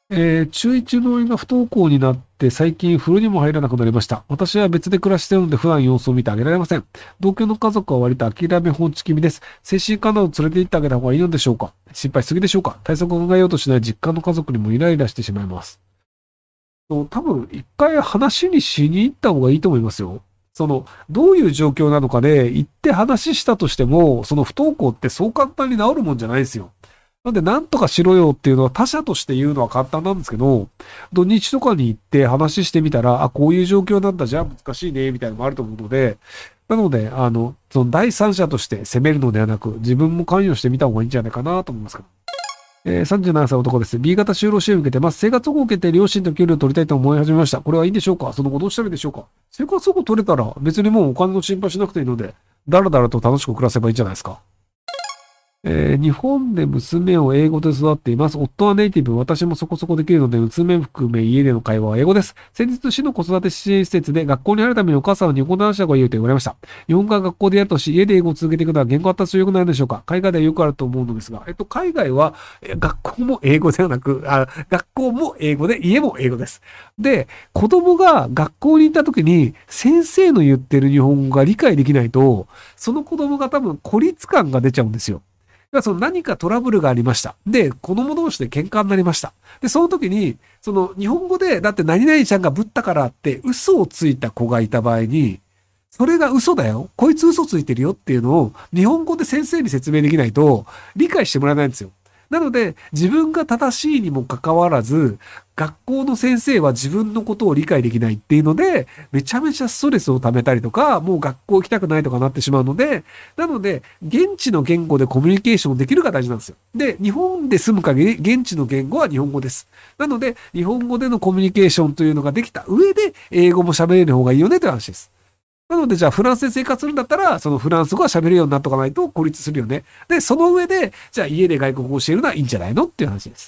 中1の甥が不登校になって最近風呂にも入らなくなりました。私は別で暮らしているので普段様子を見てあげられません。同居の家族は割と諦め放置気味です。精神科など連れて行ってあげた方がいいのでしょうか？心配しすぎでしょうか？対策を考えようとしない実家の家族にもイライラしてしまいます。多分一回話にしに行った方がいいと思いますよ。どういう状況なのかで、行って話したとしても、その不登校ってそう簡単に治るもんじゃないですよ。なんで、なんとかしろよっていうのは他者として言うのは簡単なんですけど、土日とかに行って話してみたら、あ、こういう状況なんだ、じゃあ難しいね、みたいなのもあると思うので、なので、その第三者として責めるのではなく、自分も関与してみた方がいいんじゃないかなと思いますけど。37歳男です。B 型就労支援を受けてます。生活保護を受けて両親と給料を取りたいと思い始めました。これはいいんでしょうか？その後どうしたらいいでしょうか？生活保護取れたら別にもうお金の心配しなくていいので、だらだらと楽しく暮らせばいいんじゃないですか。日本で娘を英語で育っています。夫はネイティブ、私もそこそこできるので、娘含め家での会話は英語です。先日、市の子育て支援施設で学校に入るためにお母さんは日本語で話した方がいいと言われました。日本語は学校でやるとし、家で英語を続けていくのは言語発達上良くないのでしょうか？海外ではよくあると思うのですが、海外は学校も英語ではなく、学校も英語で、家も英語です。で、子供が学校に行った時に、先生の言ってる日本語が理解できないと、その子供が多分孤立感が出ちゃうんですよ。その何かトラブルがありました。で、子供同士で喧嘩になりました。で、その時に、その日本語で、だって何々ちゃんがぶったからって嘘をついた子がいた場合に、それが嘘だよ。こいつ嘘ついてるよっていうのを日本語で先生に説明できないと理解してもらえないんですよ。なので、自分が正しいにもかかわらず、学校の先生は自分のことを理解できないっていうので、めちゃめちゃストレスを溜めたりとか、もう学校行きたくないとかなってしまうので、なので、現地の言語でコミュニケーションできるが大事なんですよ。で、日本で住む限り、現地の言語は日本語です。なので、日本語でのコミュニケーションというのができた上で、英語も喋れる方がいいよねという話です。なので、じゃあフランスで生活するんだったら、そのフランス語は喋れるようになっとかないと孤立するよね。で、その上で、じゃあ家で外国語を教えるのはいいんじゃないのっていう話です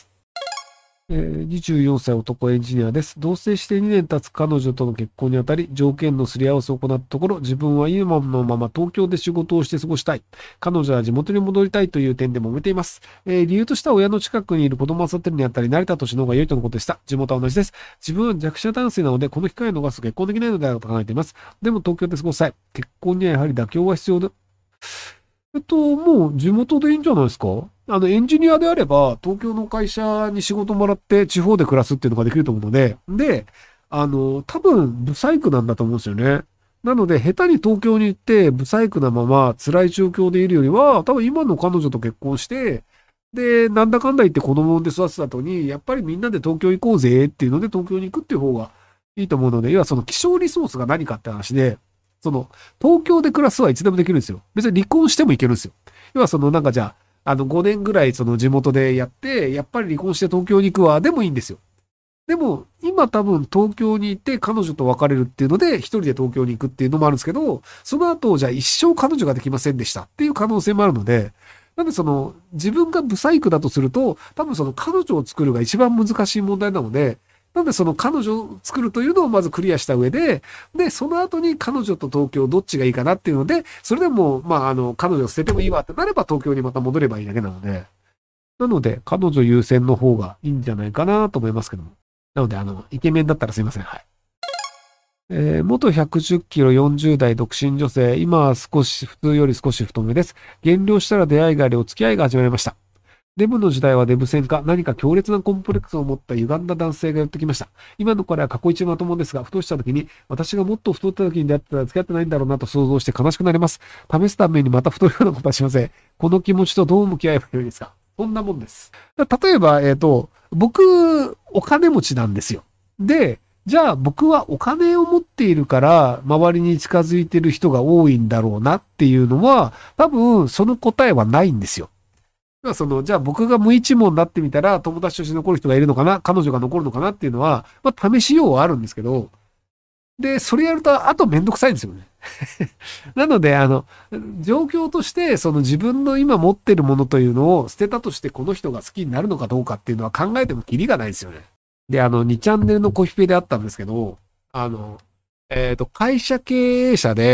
。24歳男エンジニアです。同棲して2年経つ彼女との結婚にあたり、条件のすり合わせを行ったところ、自分は今のまま東京で仕事をして過ごしたい。彼女は地元に戻りたいという点で揉めています。理由としては親の近くにいる子供を育てるにあたり、慣れた年の方が良いとのことでした。地元は同じです。自分は弱者男性なので、この機会を逃すと結婚できないのであると考えています。でも東京で過ごしたい。結婚にはやはり妥協は必要で、もう地元でいいんじゃないですか？エンジニアであれば、東京の会社に仕事もらって地方で暮らすっていうのができると思うので、で、多分、ブサイクなんだと思うんですよね。なので、下手に東京に行って、ブサイクなまま辛い状況でいるよりは、多分今の彼女と結婚して、で、なんだかんだ言って子供産んで育てた後に、やっぱりみんなで東京行こうぜっていうので東京に行くっていう方がいいと思うので、要はその希少リソースが何かって話で、その、東京で暮らすはいつでもできるんですよ。別に離婚してもいけるんですよ。要はなんかじゃあ、5年ぐらいその地元でやって、やっぱり離婚して東京に行くわ、でもいいんですよ。でも、今多分東京に行って彼女と別れるっていうので、一人で東京に行くっていうのもあるんですけど、その後、じゃあ一生彼女ができませんでしたっていう可能性もあるので、なんで自分がブサイクだとすると、多分彼女を作るが一番難しい問題なので、なんで彼女を作るというのをまずクリアした上で、で、その後に彼女と東京どっちがいいかなっていうので、それでも、彼女を捨ててもいいわってなれば東京にまた戻ればいいだけなので、なので、彼女優先の方がいいんじゃないかなと思いますけども。なので、イケメンだったらすいません。はい。元110キロ40代独身女性、今は少し、普通より少し太めです。減量したら出会いがあり、お付き合いが始まりました。デブの時代はデブ戦か、何か強烈なコンプレックスを持った歪んだ男性がやってきました。今の彼は過去一まともですが、ふとした時に、私がもっと太った時に出会ってたら付き合ってないんだろうなと想像して悲しくなります。試すためにまた太るようなことはしません。この気持ちとどう向き合えばよいですか？そんなもんです。例えば、僕、お金持ちなんですよ。で、じゃあ僕はお金を持っているから周りに近づいてる人が多いんだろうなっていうのは多分その答えはないんですよ。じゃあ僕が無一文になってみたら友達として残る人がいるのかな、彼女が残るのかなっていうのは、試しようはあるんですけど、で、それやると、あとめんどくさいんですよね。なので、状況として、自分の今持ってるものというのを捨てたとしてこの人が好きになるのかどうかっていうのは考えてもキリがないですよね。で、2チャンネルのコヒペであったんですけど、会社経営者で、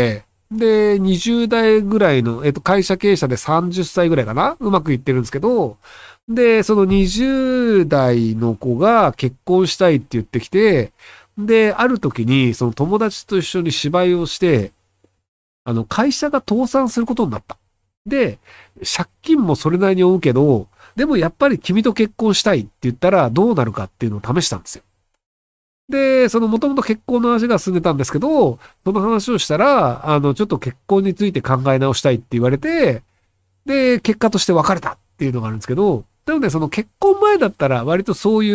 で、20代ぐらいの、会社経営者で30歳ぐらいかなうまくいってるんですけど、で、その20代の子が結婚したいって言ってきて、で、ある時に、その友達と一緒に芝居をして、会社が倒産することになった。で、借金もそれなりに負うけど、でもやっぱり君と結婚したいって言ったらどうなるかっていうのを試したんですよ。で、そのもともと結婚の話が進んでたんですけど、その話をしたら、ちょっと結婚について考え直したいって言われて、で、結果として別れたっていうのがあるんですけど、なのでその結婚前だったら割とそういう、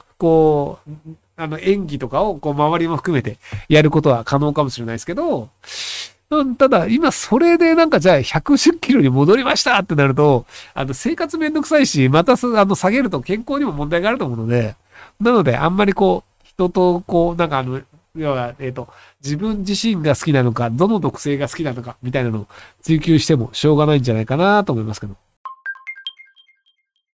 演技とかをこう周りも含めてやることは可能かもしれないですけど、ただ、今、それでなんか、じゃあ、110キロに戻りましたってなると、生活めんどくさいし、また下げると健康にも問題があると思うので、なので、あんまりこう、人と、こう、なんか要は、自分自身が好きなのか、どの属性が好きなのか、みたいなのを追求してもしょうがないんじゃないかなと思いますけど。